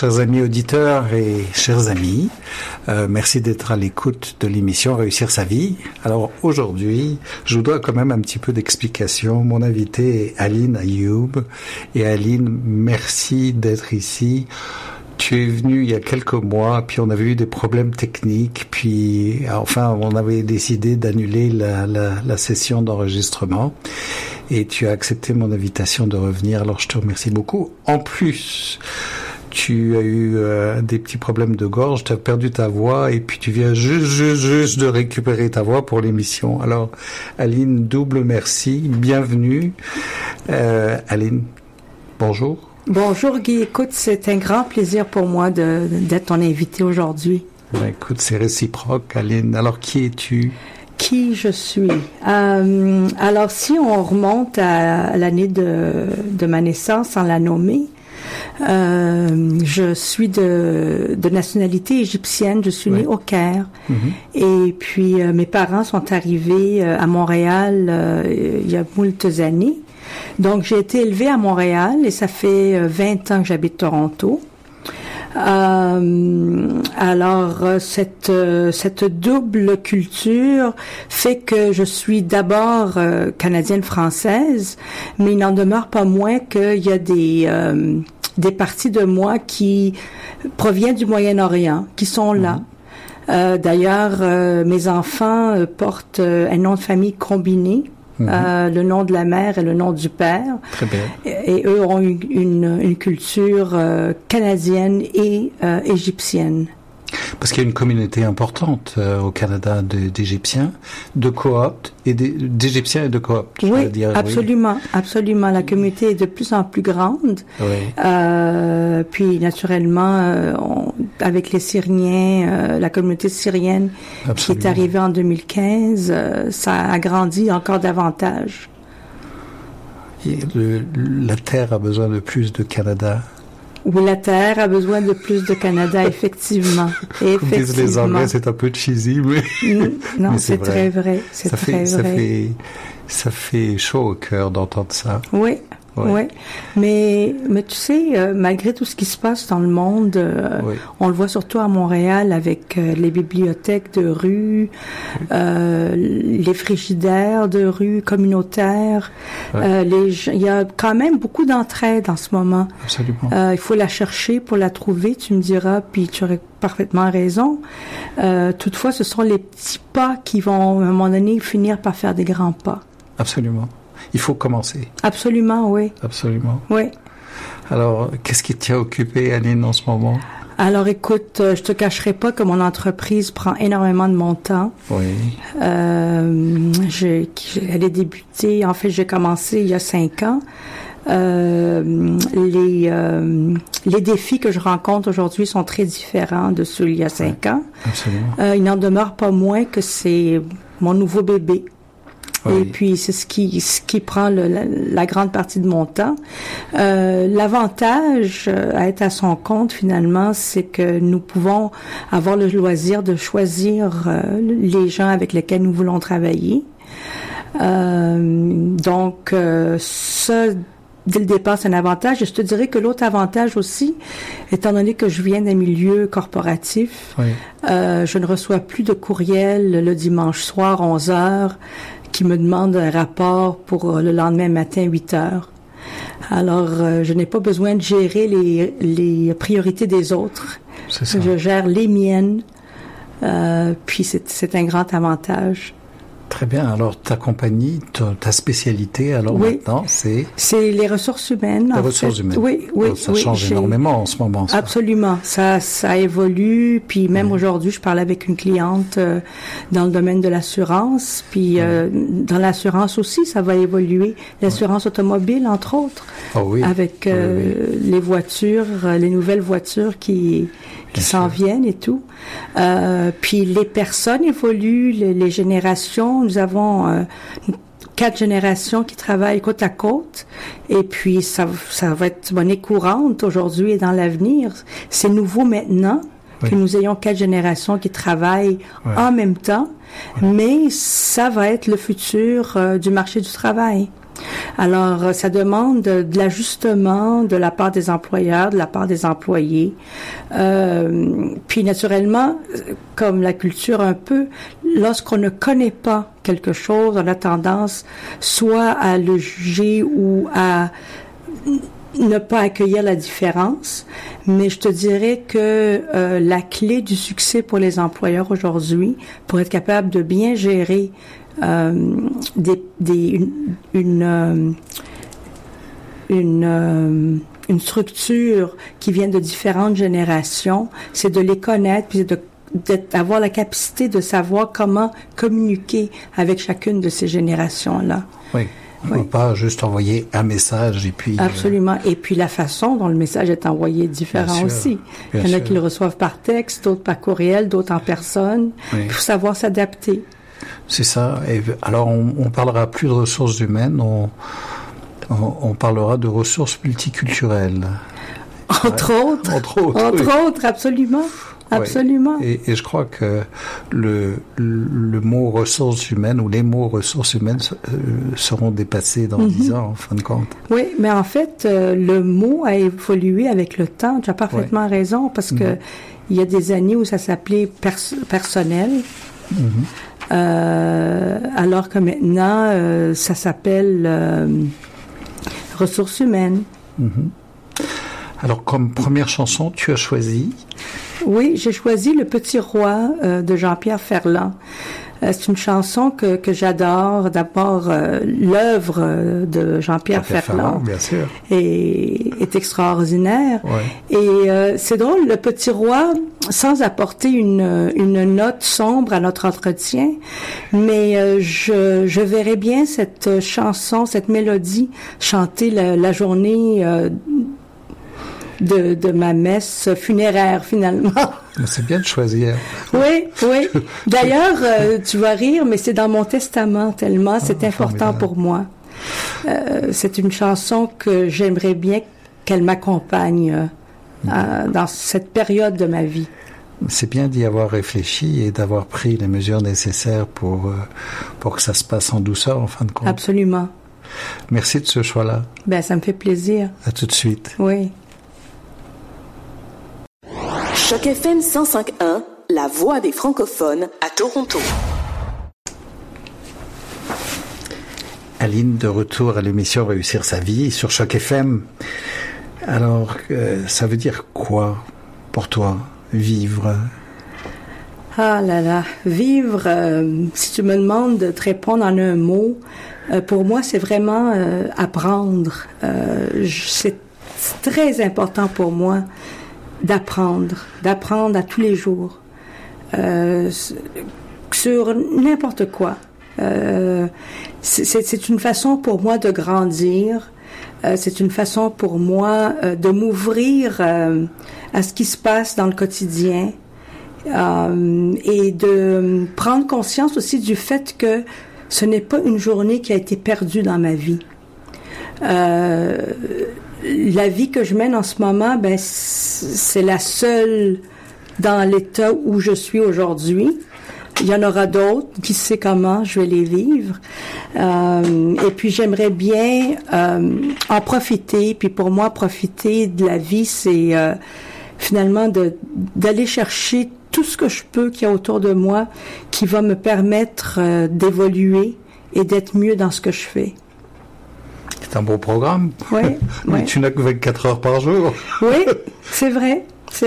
Chers amis auditeurs et chers amis, merci d'être à l'écoute de l'émission Réussir sa vie. Alors aujourd'hui, je vous dois quand même un petit peu d'explication. Mon invité est Aline Ayoub. Et Aline, merci d'être ici. Tu es venue il y a quelques mois, puis on avait eu des problèmes techniques, puis enfin on avait décidé d'annuler la session d'enregistrement. Et tu as accepté mon invitation de revenir, alors je te remercie beaucoup. En plus, tu as eu des petits problèmes de gorge, tu as perdu ta voix et puis tu viens juste de récupérer ta voix pour l'émission. Alors, Aline, double merci, bienvenue. Aline, bonjour. Bonjour Guy, écoute, c'est un grand plaisir pour moi d'être ton invité aujourd'hui. Ben, écoute, c'est réciproque, Aline. Alors, qui es-tu? Qui je suis? Alors, si on remonte à l'année de ma naissance, sans la nommer, je suis de nationalité égyptienne. Je suis née au Caire. Mm-hmm. Et puis, mes parents sont arrivés à Montréal il y a moultes années. Donc, j'ai été élevée à Montréal et ça fait 20 ans que j'habite Toronto. Alors, cette double culture fait que je suis d'abord canadienne-française, mais il n'en demeure pas moins qu'il y a des parties de moi qui proviennent du Moyen-Orient, qui sont là. D'ailleurs, mes enfants portent un nom de famille combiné. Le nom de la mère et le nom du père. Très bien. Et eux ont une culture canadienne et égyptienne. Parce qu'il y a une communauté importante au Canada d'Égyptiens, de cooptes, et d'Égyptiens et de cooptes. Oui, dire, absolument, oui. Absolument. La communauté est de plus en plus grande. Oui. Puis, naturellement, avec les Syriens, la communauté syrienne absolument. Qui est arrivée en 2015, ça a grandi encore davantage. Et la Terre a besoin de plus de Canada. Oui, la Terre a besoin de plus de Canada, effectivement. Comme disent les Anglais, c'est un peu cheesy, mais... Non, mais c'est très vrai. C'est très vrai. Ça fait chaud au cœur d'entendre ça. Oui. Oui, mais tu sais, malgré tout ce qui se passe dans le monde, on le voit surtout à Montréal avec les bibliothèques de rue, les frigidaires de rue communautaires. Il y a quand même beaucoup d'entraide en ce moment. Absolument. Il faut la chercher pour la trouver, tu me diras, puis tu aurais parfaitement raison. Toutefois, ce sont les petits pas qui vont, à un moment donné, finir par faire des grands pas. Absolument. Il faut commencer. Absolument, oui. Absolument. Oui. Alors, qu'est-ce qui t'a occupé, Aline, en ce moment? Alors, écoute, je te cacherai pas que mon entreprise prend énormément de mon temps. Oui. Elle est débutée, en fait, j'ai commencé il y a 5 ans. Les défis que je rencontre aujourd'hui sont très différents de ceux il y a 5 ans. Absolument. Il n'en demeure pas moins que c'est mon nouveau bébé. Oui. Et puis, c'est ce qui prend la grande partie de mon temps. L'avantage à être à son compte, finalement, c'est que nous pouvons avoir le loisir de choisir les gens avec lesquels nous voulons travailler. Donc, ça, dès le départ, c'est un avantage. Et je te dirais que l'autre avantage aussi, étant donné que je viens d'un milieu corporatif, je ne reçois plus de courriel le dimanche soir, 11h, qui me demande un rapport pour le lendemain matin, 8h. Alors, je n'ai pas besoin de gérer les priorités des autres. C'est ça. Je gère les miennes. Puis, c'est un grand avantage. Très bien. Alors, ta compagnie, ta spécialité, alors maintenant, c'est... C'est les ressources humaines. Les ressources humaines. Oui. Ça change énormément en ce moment. Ça. Absolument. Ça évolue. Puis même aujourd'hui, je parlais avec une cliente dans le domaine de l'assurance. Puis dans l'assurance aussi, ça va évoluer. L'assurance automobile, entre autres. Oh oui. Avec les voitures, les nouvelles voitures qui s'en viennent et tout. Puis les personnes évoluent, les générations. Nous avons 4 générations qui travaillent côte à côte. Et puis ça va être monnaie courante aujourd'hui et dans l'avenir. C'est nouveau maintenant que nous ayons 4 générations qui travaillent en même temps. Mais ça va être le futur du marché du travail. Alors, ça demande de l'ajustement de la part des employeurs, de la part des employés. Puis, naturellement, comme la culture un peu, lorsqu'on ne connaît pas quelque chose, on a tendance soit à le juger ou à ne pas accueillir la différence. Mais je te dirais que la clé du succès pour les employeurs aujourd'hui, pour être capable de bien gérer une structure qui vient de différentes générations, c'est de les connaître, puis d'avoir la capacité de savoir comment communiquer avec chacune de ces générations-là. Oui. On ne peut pas juste envoyer un message et puis... Absolument. Et puis la façon dont le message est envoyé est différent aussi. Il y en a qui le reçoivent par texte, d'autres par courriel, d'autres en personne. Il faut savoir s'adapter. C'est ça. Et alors, on parlera plus de ressources humaines, on parlera de ressources multiculturelles. Entre autres, absolument. Absolument. Ouais. Et je crois que le mot ressources humaines ou les mots ressources humaines seront dépassés dans 10 ans, en fin de compte. Oui, mais en fait, le mot a évolué avec le temps. Tu as parfaitement raison, parce que il y a des années où ça s'appelait personnel, alors que maintenant, ça s'appelle ressources humaines. Alors, comme première chanson, tu as choisi... Oui, j'ai choisi Le Petit Roi de Jean-Pierre Ferland. C'est une chanson que j'adore. D'abord, l'œuvre de Jean-Pierre Ferland bien sûr. est extraordinaire. Ouais. Et c'est drôle, Le Petit Roi, sans apporter une note sombre à notre entretien, mais je verrais bien cette chanson, cette mélodie, chanter la journée de ma messe funéraire, finalement. C'est bien de choisir. Oui. D'ailleurs, tu vas rire, mais c'est dans mon testament tellement c'est important pour moi. C'est une chanson que j'aimerais bien qu'elle m'accompagne dans cette période de ma vie. C'est bien d'y avoir réfléchi et d'avoir pris les mesures nécessaires pour que ça se passe en douceur, en fin de compte. Absolument. Merci de ce choix-là. Ben, ça me fait plaisir. À tout de suite. Oui. Choc FM 105.1, la voix des francophones à Toronto. Aline, de retour à l'émission Réussir sa vie sur Choc FM. Alors, ça veut dire quoi pour toi, vivre? Ah là là, vivre, si tu me demandes de te répondre en un mot, pour moi, c'est vraiment apprendre. C'est très important pour moi d'apprendre à tous les jours, sur n'importe quoi. C'est une façon pour moi de grandir, c'est une façon pour moi de m'ouvrir à ce qui se passe dans le quotidien et de prendre conscience aussi du fait que ce n'est pas une journée qui a été perdue dans ma vie. La vie que je mène en ce moment, ben, c'est la seule dans l'état où je suis aujourd'hui. Il y en aura d'autres, qui sait comment je vais les vivre. Et puis j'aimerais bien en profiter. Puis pour moi, profiter de la vie, c'est finalement d'aller chercher tout ce que je peux qu'il y a autour de moi qui va me permettre d'évoluer et d'être mieux dans ce que je fais. C'est un beau programme. Oui. Mais tu n'as que 24 heures par jour. Oui, c'est vrai.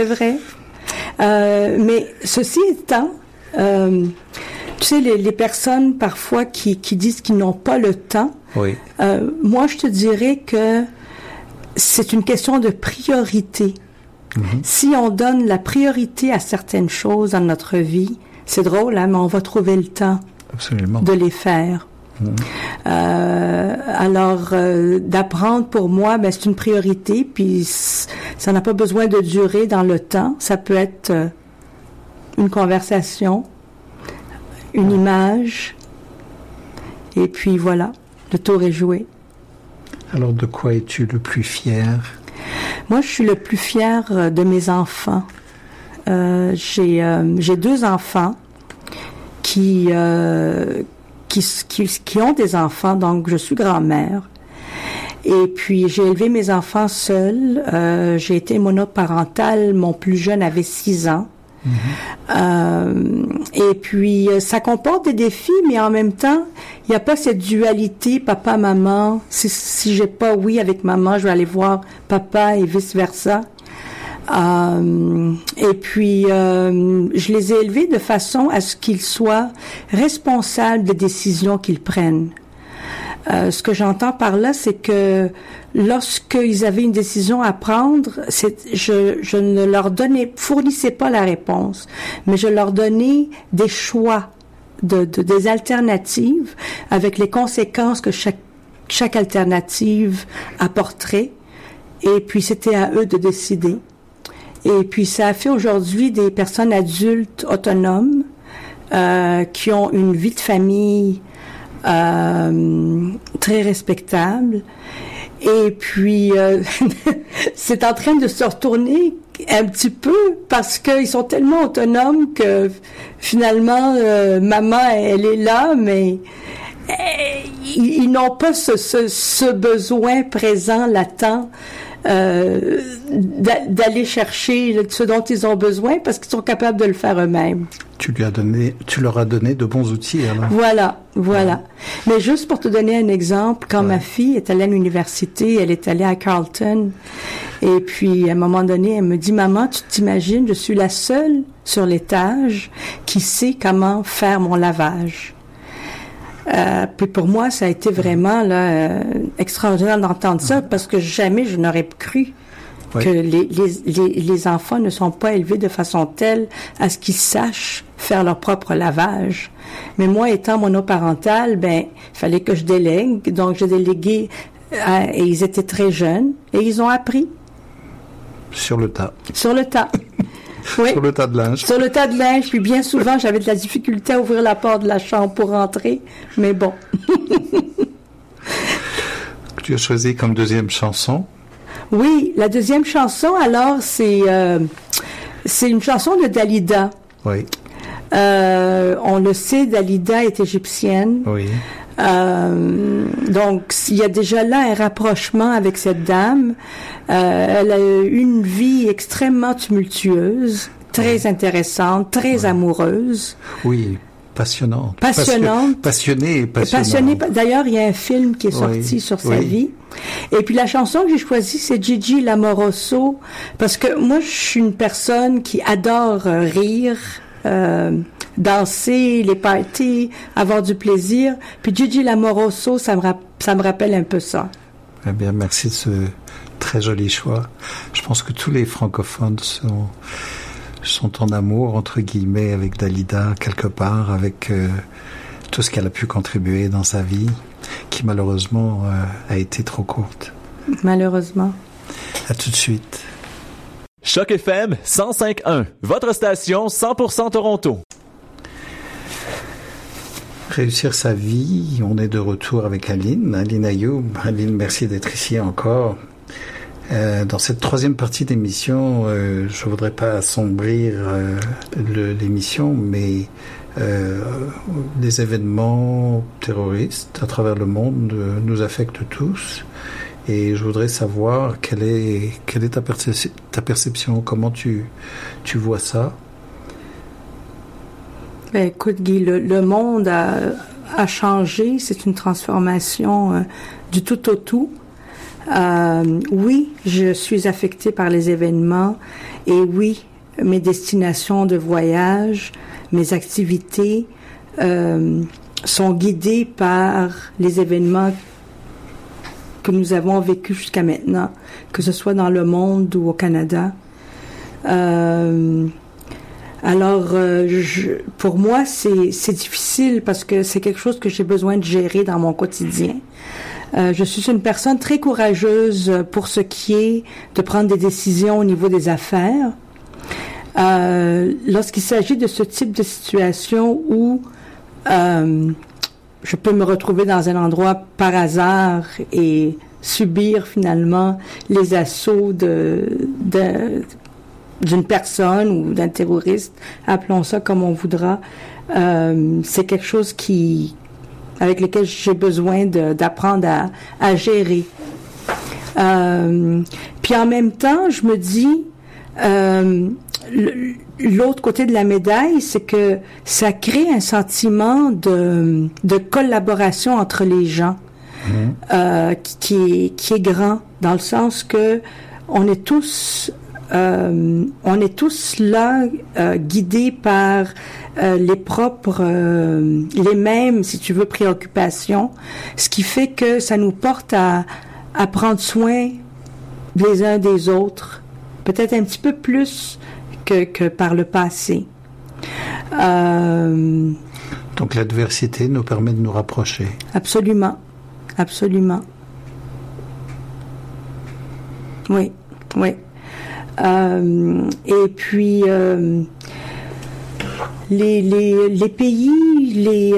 Mais ceci étant, tu sais, les personnes parfois qui disent qu'ils n'ont pas le temps, oui. Moi je te dirais que c'est une question de priorité. Si on donne la priorité à certaines choses dans notre vie, c'est drôle, hein, mais on va trouver le temps de les faire. Alors, d'apprendre pour moi, ben, c'est une priorité, puis ça n'a pas besoin de durer dans le temps. Ça peut être une conversation, une image, et puis voilà, le tour est joué. Alors, de quoi es-tu le plus fier? Moi, je suis le plus fier de mes enfants. J'ai 2 enfants qui qui ont des enfants, donc je suis grand-mère. Et puis, j'ai élevé mes enfants seule. J'ai été monoparentale. Mon plus jeune avait 6 ans. Et puis, ça comporte des défis, mais en même temps, il n'y a pas cette dualité papa-maman. Si j'ai pas oui avec maman, je vais aller voir papa et vice-versa. Et puis, je les ai élevés de façon à ce qu'ils soient responsables des décisions qu'ils prennent. Ce que j'entends par là, c'est que lorsqu'ils avaient une décision à prendre, je ne leur fournissais pas la réponse, mais je leur donnais des choix, des alternatives avec les conséquences que chaque alternative apporterait. Et puis, c'était à eux de décider. Et puis, ça a fait aujourd'hui des personnes adultes autonomes qui ont une vie de famille très respectable. Et puis, c'est en train de se retourner un petit peu parce qu'ils sont tellement autonomes que finalement, maman, elle est là, mais ils n'ont pas ce besoin présent, latent, d'aller chercher ce dont ils ont besoin parce qu'ils sont capables de le faire eux-mêmes. Tu leur as donné de bons outils, alors. Voilà. Mais juste pour te donner un exemple, quand ma fille est allée à l'université, elle est allée à Carleton, et puis à un moment donné, elle me dit, maman, tu t'imagines, je suis la seule sur l'étage qui sait comment faire mon lavage. Puis pour moi, ça a été vraiment extraordinaire d'entendre ça parce que jamais je n'aurais cru que les enfants ne sont pas élevés de façon telle à ce qu'ils sachent faire leur propre lavage. Mais moi, étant monoparentale, il fallait que je délègue. Donc, j'ai délégué et ils étaient très jeunes et ils ont appris. Sur le tas. Oui. Sur le tas de linge. Sur le tas de linge, puis bien souvent, j'avais de la difficulté à ouvrir la porte de la chambre pour rentrer, mais bon. Tu as choisi comme deuxième chanson? Oui, la deuxième chanson, alors, c'est une chanson de Dalida. Oui. On le sait, Dalida est égyptienne. Oui. Donc, il y a déjà là un rapprochement avec cette dame. Elle a eu une vie extrêmement tumultueuse, très intéressante, très amoureuse. Oui, passionnante. Passionnée et passionnante. D'ailleurs, il y a un film qui est sorti sur sa vie. Et puis la chanson que j'ai choisie, c'est Gigi Lamoroso, parce que moi, je suis une personne qui adore rire, danser, les parties, avoir du plaisir. Puis Gigi Lamoroso, ça me rappelle un peu ça. Eh bien, merci de ce très joli choix. Je pense que tous les francophones sont en amour, entre guillemets, avec Dalida, quelque part, avec tout ce qu'elle a pu contribuer dans sa vie, qui malheureusement a été trop courte. Malheureusement. À tout de suite. Choc FM 105.1, votre station 100% Toronto. Réussir sa vie, on est de retour avec Aline Ayoub. Aline, merci d'être ici encore. Dans cette troisième partie d'émission, je voudrais pas assombrir l'émission, mais les événements terroristes à travers le monde nous affectent tous. Et je voudrais savoir quelle est ta perception, comment tu vois ça. Ben, écoute, Guy, le monde a changé. C'est une transformation du tout au tout. Oui, je suis affectée par les événements et oui, mes destinations de voyage, mes activités sont guidées par les événements que nous avons vécus jusqu'à maintenant, que ce soit dans le monde ou au Canada. Alors, pour moi, c'est difficile parce que c'est quelque chose que j'ai besoin de gérer dans mon quotidien. Je suis une personne très courageuse pour ce qui est de prendre des décisions au niveau des affaires. Lorsqu'il s'agit de ce type de situation où je peux me retrouver dans un endroit par hasard et subir finalement les assauts d'une personne ou d'un terroriste, appelons ça comme on voudra, c'est quelque chose qui avec lesquels j'ai besoin d'apprendre à gérer. Puis en même temps, je me dis, l'autre côté de la médaille, c'est que ça crée un sentiment de collaboration entre les gens, qui est grand, dans le sens que on est tous là, guidés par les mêmes, si tu veux, préoccupations, ce qui fait que ça nous porte à prendre soin les uns des autres, peut-être un petit peu plus que par le passé. Donc l'adversité nous permet de nous rapprocher. Absolument. Absolument. Oui, oui. Et puis, les pays,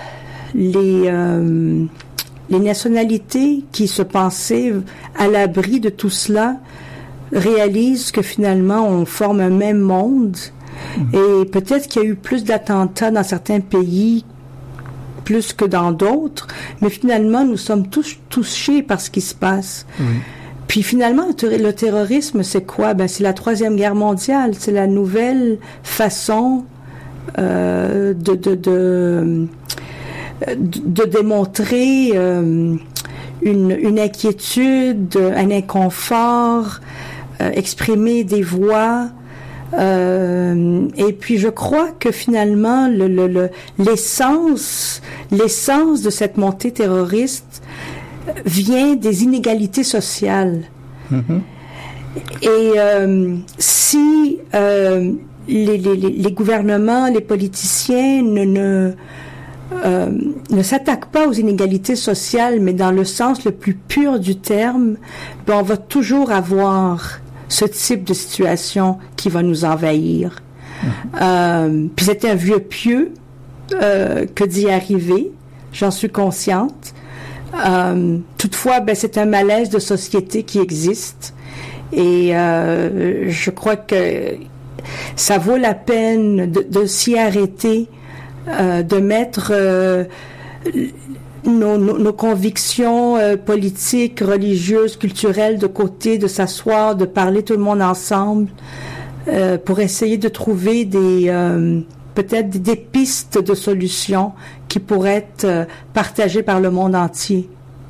les nationalités qui se pensaient à l'abri de tout cela réalisent que finalement on forme un même monde. Et peut-être qu'il y a eu plus d'attentats dans certains pays plus que dans d'autres, mais finalement nous sommes tous touchés par ce qui se passe. Puis finalement, le terrorisme, c'est quoi? Ben, c'est la Troisième Guerre mondiale. C'est la nouvelle façon de démontrer une inquiétude, un inconfort, exprimer des voix. Et puis je crois que finalement l'essence de cette montée terroriste vient des inégalités sociales. Et si les gouvernements, les politiciens ne s'attaquent pas aux inégalités sociales, mais dans le sens le plus pur du terme, ben on va toujours avoir ce type de situation qui va nous envahir. Puis c'était un vœu pieux que d'y arriver, j'en suis consciente. Toutefois, ben, c'est un malaise de société qui existe et je crois que ça vaut la peine de s'y arrêter, de mettre nos convictions politiques, religieuses, culturelles de côté, de s'asseoir, de parler tout le monde ensemble pour essayer de trouver peut-être des pistes de solutions qui pourraient être partagées par le monde entier.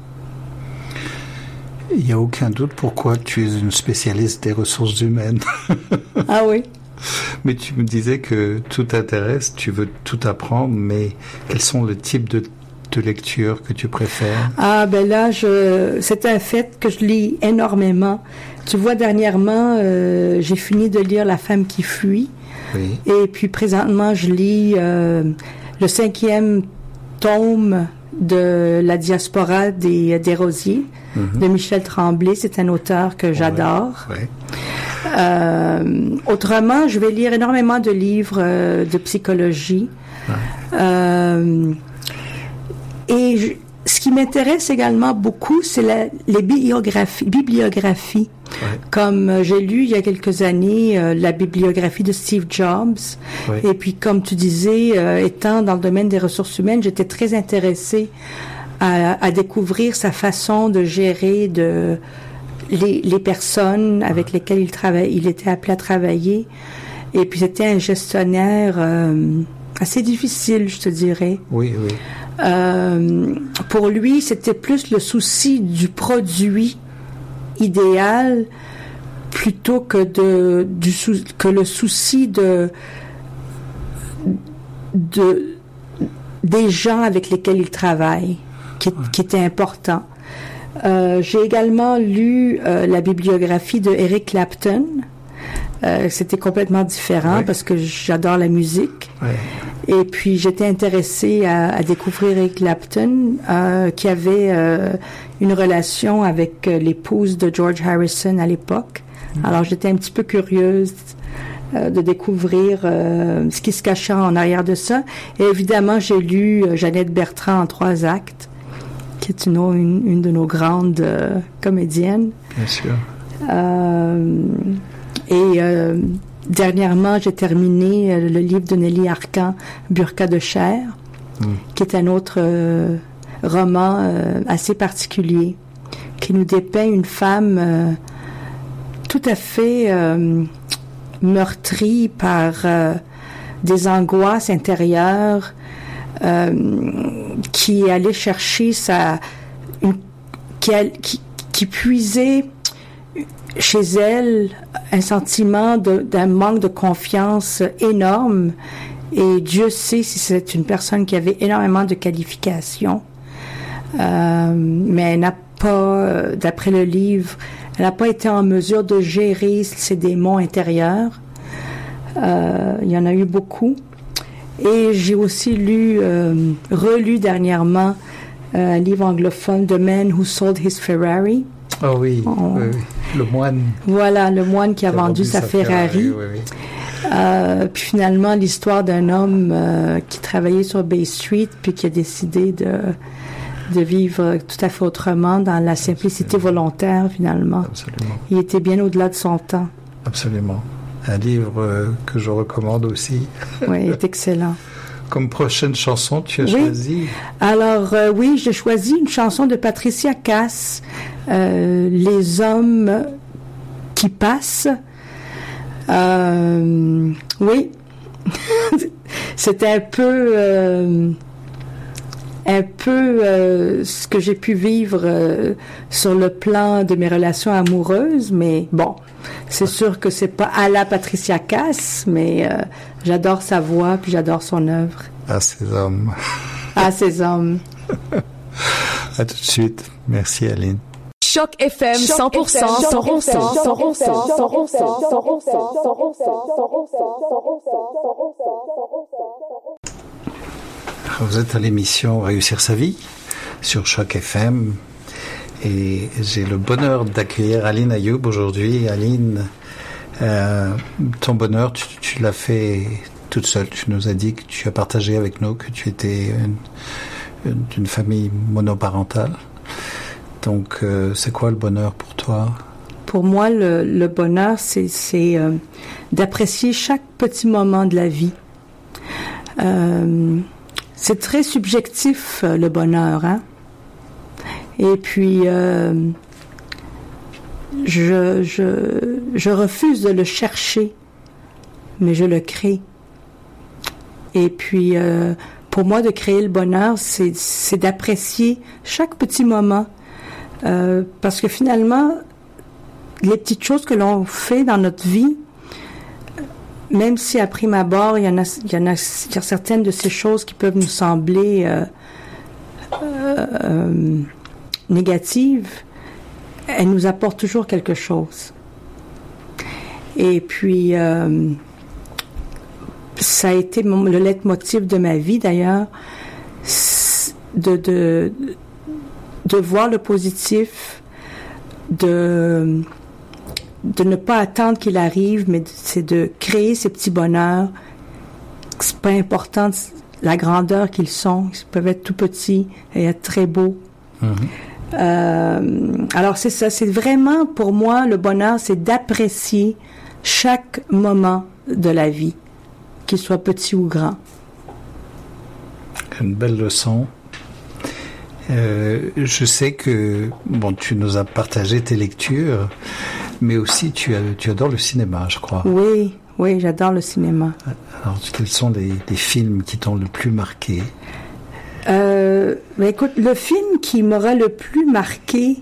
Il n'y a aucun doute pourquoi tu es une spécialiste des ressources humaines. Ah oui? Mais tu me disais que tout t'intéresse, tu veux tout apprendre, mais quels sont les types de lecture que tu préfères? Ah, ben là, c'est un fait que je lis énormément. Tu vois, dernièrement, j'ai fini de lire La femme qui fuit. Oui. Et puis, présentement, je lis le 5e tome de La diaspora des Rosiers, de Michel Tremblay. C'est un auteur que j'adore. Ouais. Autrement, je vais lire énormément de livres de psychologie. Ouais. Et ce qui m'intéresse également beaucoup, c'est les bibliographies. Ouais. Comme j'ai lu il y a quelques années la bibliographie de Steve Jobs. Ouais. Et puis, comme tu disais, étant dans le domaine des ressources humaines, j'étais très intéressée à découvrir sa façon de gérer les personnes avec lesquelles il était appelé à travailler. Et puis, c'était un gestionnaire assez difficile, je te dirais. Oui, oui. Pour lui, c'était plus le souci du produit idéal plutôt que le souci des gens avec lesquels il travaille, qui était important. J'ai également lu la bibliographie de Eric Clapton. C'était complètement différent parce que j'adore la musique. Ouais. Et puis, j'étais intéressée à découvrir Eric Clapton, qui avait une relation avec l'épouse de George Harrison à l'époque. Alors, j'étais un petit peu curieuse de découvrir ce qui se cachait en arrière de ça. Et évidemment, j'ai lu Jeannette Bertrand en 3 actes, qui est une de nos grandes comédiennes. Bien sûr. Dernièrement, j'ai terminé le livre de Nelly Arcan, Burqa de chair. qui est un autre roman assez particulier, qui nous dépeint une femme tout à fait meurtrie par des angoisses intérieures, qui est allée chercher qui puisait chez elle un sentiment d'un manque de confiance énorme, et Dieu sait si c'est une personne qui avait énormément de qualifications, mais elle n'a pas, d'après le livre, elle n'a pas été en mesure de gérer ses démons intérieurs. Il y en a eu beaucoup. Et j'ai aussi relu dernièrement un livre anglophone, The Man Who Sold His Ferrari. Oh oui, oui, le moine. Voilà, le moine qui a vendu sa Ferrari. Oui. Puis finalement, l'histoire d'un homme qui travaillait sur Bay Street, puis qui a décidé de vivre tout à fait autrement, dans la simplicité volontaire, finalement. Absolument. Il était bien au-delà de son temps. Absolument. Un livre que je recommande aussi. Oui, il est excellent. Comme prochaine chanson, tu as choisi? Alors, oui, j'ai choisi une chanson de Patricia Cass, Les hommes qui passent. Oui, c'était un peu ce que j'ai pu vivre sur le plan de mes relations amoureuses, mais bon, c'est sûr que c'est pas à la Patricia Cass, mais j'adore sa voix, puis j'adore son œuvre. À ces hommes. À ces hommes. À tout de suite. Merci, Aline. Choc FM 100% sans ronsard. Vous êtes à l'émission Réussir sa vie sur Choc FM et j'ai le bonheur d'accueillir Aline Ayoub aujourd'hui. Aline, ton bonheur, tu l'as fait toute seule. Tu nous as dit que tu as partagé avec nous que tu étais d'une famille monoparentale. Donc, c'est quoi le bonheur pour toi? Pour moi, le bonheur, c'est d'apprécier chaque petit moment de la vie. C'est très subjectif, le bonheur, hein? Et puis, je refuse de le chercher, mais je le crée. Et puis, pour moi, de créer le bonheur, c'est d'apprécier chaque petit moment. Parce que finalement, les petites choses que l'on fait dans notre vie, même si à prime abord, il y a certaines de ces choses qui peuvent nous sembler négatives, elles nous apportent toujours quelque chose. Et puis, ça a été le leitmotiv de ma vie d'ailleurs, de voir le positif, de ne pas attendre qu'il arrive, mais c'est de créer ces petits bonheurs. C'est pas important la grandeur qu'ils sont. Ils peuvent être tout petits et être très beaux. Alors c'est ça, c'est vraiment pour moi le bonheur, c'est d'apprécier chaque moment de la vie, qu'il soit petit ou grand. Une belle leçon. Je sais que tu nous as partagé tes lectures, mais aussi tu adores le cinéma, je crois. Oui, j'adore le cinéma. Alors, quels sont les films qui t'ont le plus marqué? Écoute, le film qui m'aura le plus marqué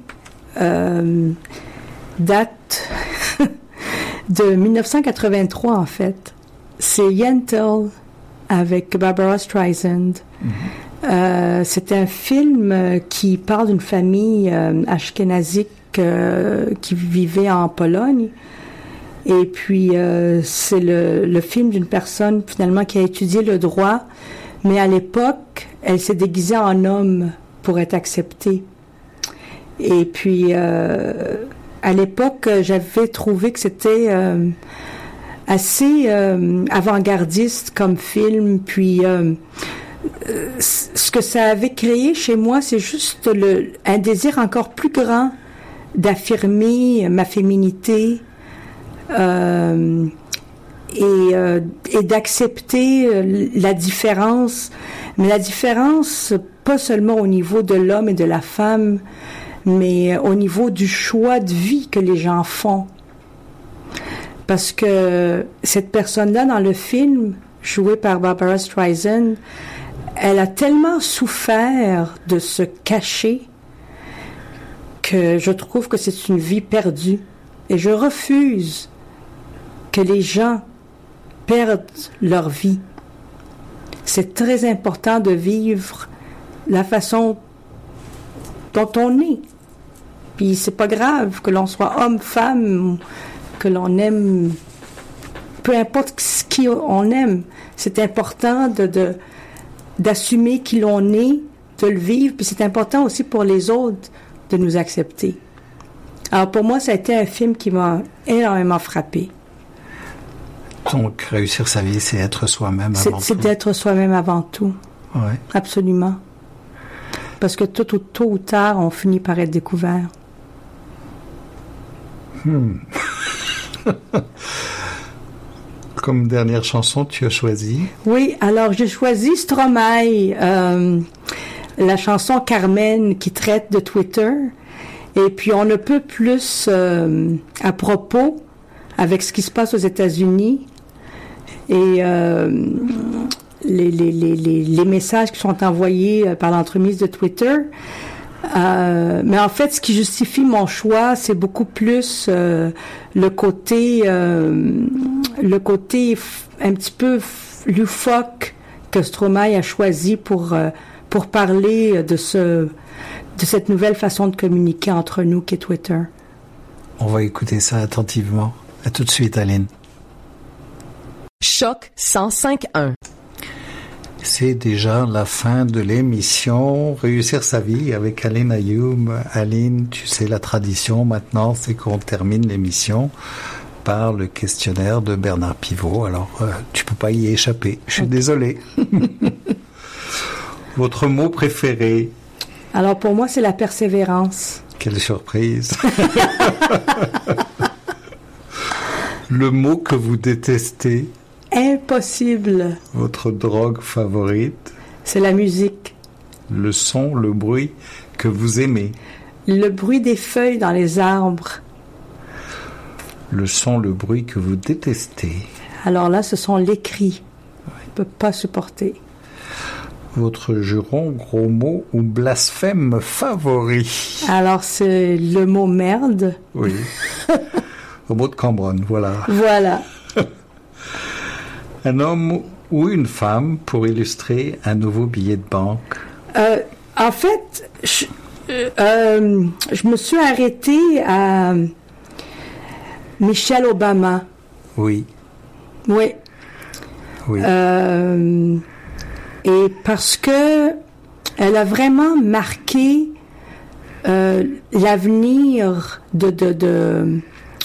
date de 1983 en fait. C'est Yentl avec Barbara Streisand. C'est un film qui parle d'une famille ashkénazique qui vivait en Pologne. Et puis, c'est le film d'une personne, finalement, qui a étudié le droit, mais à l'époque, elle s'est déguisée en homme pour être acceptée. Et puis, à l'époque, j'avais trouvé que c'était assez avant-gardiste comme film, puis... ce que ça avait créé chez moi, c'est juste un désir encore plus grand d'affirmer ma féminité, et d'accepter la différence, mais la différence pas seulement au niveau de l'homme et de la femme, mais au niveau du choix de vie que les gens font. Parce que cette personne-là dans le film, jouée par Barbara Streisand, elle a tellement souffert de se cacher que je trouve que c'est une vie perdue. Et je refuse que les gens perdent leur vie. C'est très important de vivre la façon dont on est. Puis c'est pas grave que l'on soit homme, femme, que l'on aime, peu importe qui on aime. C'est important d'assumer qui l'on est, de le vivre, puis c'est important aussi pour les autres de nous accepter. Alors pour moi, ça a été un film qui m'a énormément frappée. Donc, réussir sa vie, c'est être soi-même avant tout. C'est d'être soi-même avant tout. Ouais. Absolument. Parce que tôt ou tard, on finit par être découvert. Comme dernière chanson, tu as choisi? Oui, alors j'ai choisi Stromae, la chanson Carmen qui traite de Twitter. Et puis on ne peut plus à propos avec ce qui se passe aux États-Unis et les messages qui sont envoyés par l'entremise de Twitter. Mais en fait, ce qui justifie mon choix, c'est beaucoup plus le côté un petit peu loufoque que Stromae a choisi pour parler de cette nouvelle façon de communiquer entre nous qu'est Twitter. On va écouter ça attentivement. À tout de suite, Aline. Choc 105.1. C'est déjà la fin de l'émission Réussir sa vie avec Aline Ayoum. Aline, tu sais la tradition maintenant, c'est qu'on termine l'émission par le questionnaire de Bernard Pivot. Alors, tu peux pas y échapper. Je suis désolé. Votre mot préféré? Alors, pour moi, c'est la persévérance. Quelle surprise. Le mot que vous détestez? Impossible. Votre drogue favorite? C'est la musique. Le son, le bruit que vous aimez? Le bruit des feuilles dans les arbres. Le son, le bruit que vous détestez? Alors là, ce sont les cris. Je ne peux pas supporter. Votre juron, gros mot ou blasphème favori? Alors, c'est le mot merde. Oui. Au mot de Cambronne, voilà. Voilà. Un homme ou une femme pour illustrer un nouveau billet de banque? En fait, je me suis arrêtée à Michelle Obama. Oui. Oui. Oui. Et parce que elle a vraiment marqué l'avenir de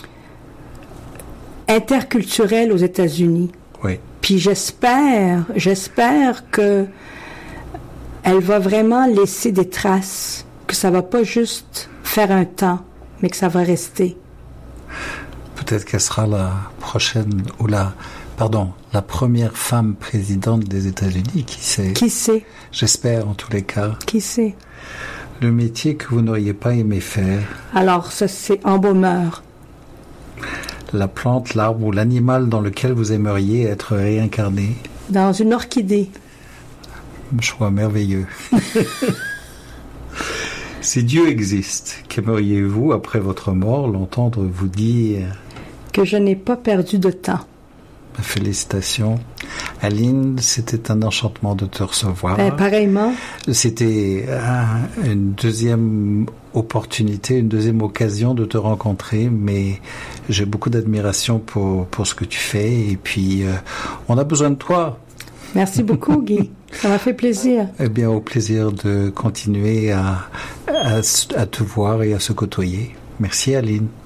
interculturel aux États-Unis. Oui. Puis j'espère que elle va vraiment laisser des traces, que ça va pas juste faire un temps, mais que ça va rester. Peut-être qu'elle sera la prochaine ou la première femme présidente des États-Unis, qui sait? Qui sait? J'espère en tous les cas. Qui sait? Le métier que vous n'auriez pas aimé faire? Alors ça, c'est embaumeur. La plante, l'arbre ou l'animal dans lequel vous aimeriez être réincarné? Dans une orchidée. Un choix merveilleux. Si Dieu existe, qu'aimeriez-vous, après votre mort, l'entendre vous dire? Que je n'ai pas perdu de temps. Félicitations. Aline, c'était un enchantement de te recevoir. Pareillement. C'était une deuxième opportunité, une deuxième occasion de te rencontrer, mais j'ai beaucoup d'admiration pour ce que tu fais, et puis on a besoin de toi. Merci beaucoup, Guy. Ça m'a fait plaisir. Eh bien, au plaisir de continuer à te voir et à se côtoyer. Merci, Aline.